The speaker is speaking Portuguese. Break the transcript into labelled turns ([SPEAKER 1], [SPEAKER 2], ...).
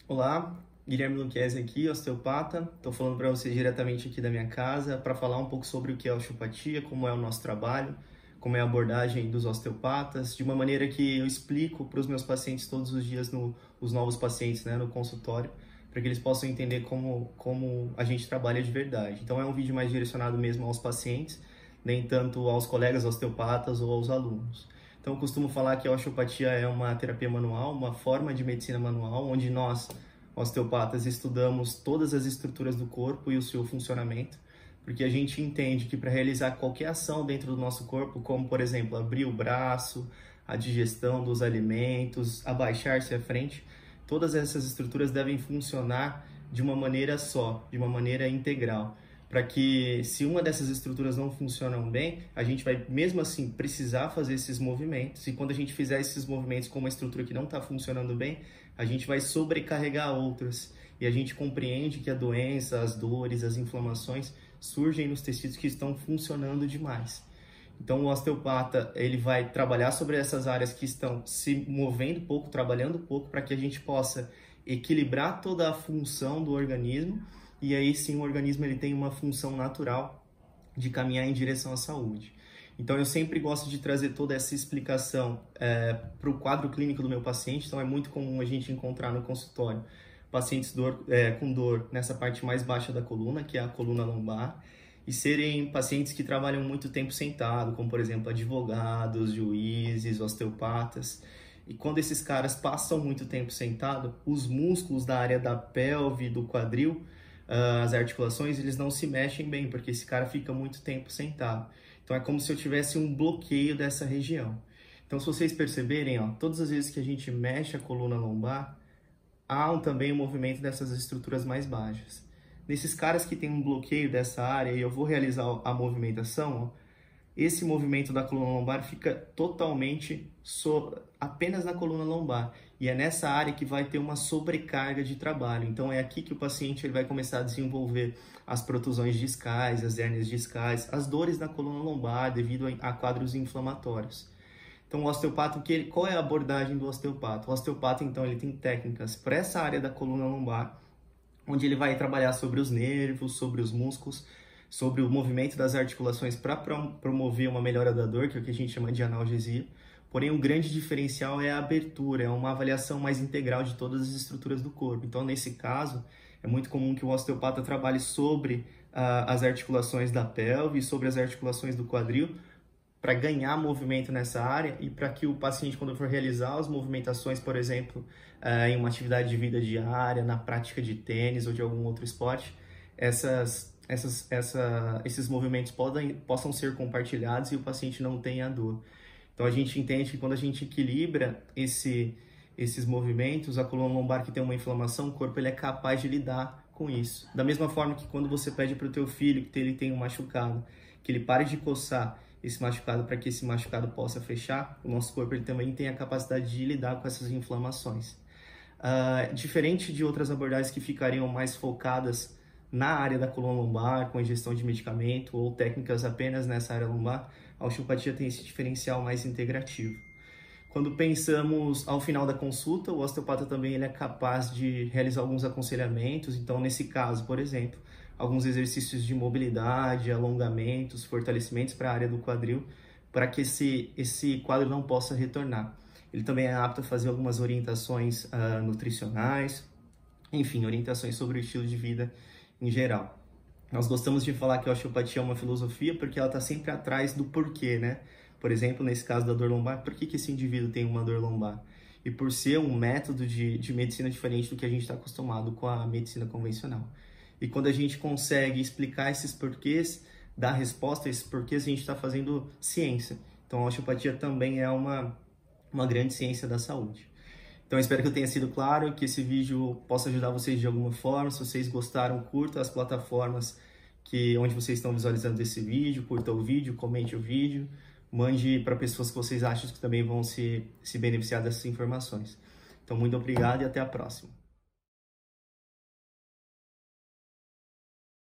[SPEAKER 1] Olá, Guilherme Luquezzi aqui, osteopata. Estou falando para vocês diretamente aqui da minha casa para falar um pouco sobre o que é osteopatia, como é o nosso trabalho, como é a abordagem dos osteopatas, de uma maneira que eu explico para os meus pacientes todos os dias, os novos pacientes, né, no consultório, para que eles possam entender como a gente trabalha de verdade. Então é um vídeo mais direcionado mesmo aos pacientes, nem tanto aos colegas osteopatas ou aos alunos. Então, eu costumo falar que a osteopatia é uma terapia manual, uma forma de medicina manual, onde nós, osteopatas, estudamos todas as estruturas do corpo e o seu funcionamento, porque a gente entende que para realizar qualquer ação dentro do nosso corpo, como, por exemplo, abrir o braço, a digestão dos alimentos, abaixar-se à frente, todas essas estruturas devem funcionar de uma maneira só, de uma maneira integral, para que, se uma dessas estruturas não funcionam bem, a gente vai mesmo assim precisar fazer esses movimentos, e quando a gente fizer esses movimentos com uma estrutura que não está funcionando bem, a gente vai sobrecarregar outras, e a gente compreende que a doença, as dores, as inflamações surgem nos tecidos que estão funcionando demais. Então, o osteopata, ele vai trabalhar sobre essas áreas que estão se movendo pouco, trabalhando pouco, para que a gente possa equilibrar toda a função do organismo, e aí sim o organismo ele tem uma função natural de caminhar em direção à saúde. Então eu sempre gosto de trazer toda essa explicação para o quadro clínico do meu paciente. Então é muito comum a gente encontrar no consultório pacientes com dor nessa parte mais baixa da coluna, que é a coluna lombar, e serem pacientes que trabalham muito tempo sentado, como por exemplo advogados, juízes, osteopatas. E quando esses caras passam muito tempo sentado, os músculos da área da pelve, do quadril, as articulações, eles não se mexem bem, porque esse cara fica muito tempo sentado. Então é como se eu tivesse um bloqueio dessa região. Então, se vocês perceberem, ó, todas as vezes que a gente mexe a coluna lombar, há também um movimento dessas estruturas mais baixas. Nesses caras que têm um bloqueio dessa área, e eu vou realizar a movimentação, ó, esse movimento da coluna lombar fica totalmente apenas na coluna lombar. E é nessa área que vai ter uma sobrecarga de trabalho. Então é aqui que o paciente ele vai começar a desenvolver as protusões discais, as hérnias discais, as dores na coluna lombar devido a quadros inflamatórios. Então o osteopata, qual é a abordagem do osteopata? O osteopata, então, ele tem técnicas para essa área da coluna lombar, onde ele vai trabalhar sobre os nervos, sobre os músculos, sobre o movimento das articulações para promover uma melhora da dor, que é o que a gente chama de analgesia. Porém, o grande diferencial é a abertura, é uma avaliação mais integral de todas as estruturas do corpo. Então, nesse caso, é muito comum que o osteopata trabalhe sobre as articulações da pelve, sobre as articulações do quadril, para ganhar movimento nessa área e para que o paciente, quando for realizar as movimentações, por exemplo, em uma atividade de vida diária, na prática de tênis ou de algum outro esporte, esses movimentos possam ser compartilhados e o paciente não tenha dor. Então a gente entende que quando a gente equilibra esses movimentos, a coluna lombar que tem uma inflamação, o corpo ele é capaz de lidar com isso. Da mesma forma que quando você pede para o teu filho que ele tenha um machucado, que ele pare de coçar esse machucado para que esse machucado possa fechar, o nosso corpo ele também tem a capacidade de lidar com essas inflamações. Diferente de outras abordagens que ficariam mais focadas na área da coluna lombar, com ingestão de medicamento ou técnicas apenas nessa área lombar, a osteopatia tem esse diferencial mais integrativo. Quando pensamos ao final da consulta, o osteopata também ele é capaz de realizar alguns aconselhamentos. Então, nesse caso, por exemplo, alguns exercícios de mobilidade, alongamentos, fortalecimentos para a área do quadril, para que esse quadro não possa retornar. Ele também é apto a fazer algumas orientações nutricionais, enfim, orientações sobre o estilo de vida em geral. Nós gostamos de falar que a osteopatia é uma filosofia porque ela está sempre atrás do porquê, né? Por exemplo, nesse caso da dor lombar, por que esse indivíduo tem uma dor lombar? E por ser um método de medicina diferente do que a gente está acostumado com a medicina convencional. E quando a gente consegue explicar esses porquês, dar resposta a esses porquês, a gente está fazendo ciência. Então a osteopatia também é uma grande ciência da saúde. Então, eu espero que eu tenha sido claro, que esse vídeo possa ajudar vocês de alguma forma. Se vocês gostaram, curta as plataformas onde vocês estão visualizando esse vídeo, curta o vídeo, comente o vídeo, mande para pessoas que vocês acham que também vão se beneficiar dessas informações. Então, muito obrigado e até a próxima.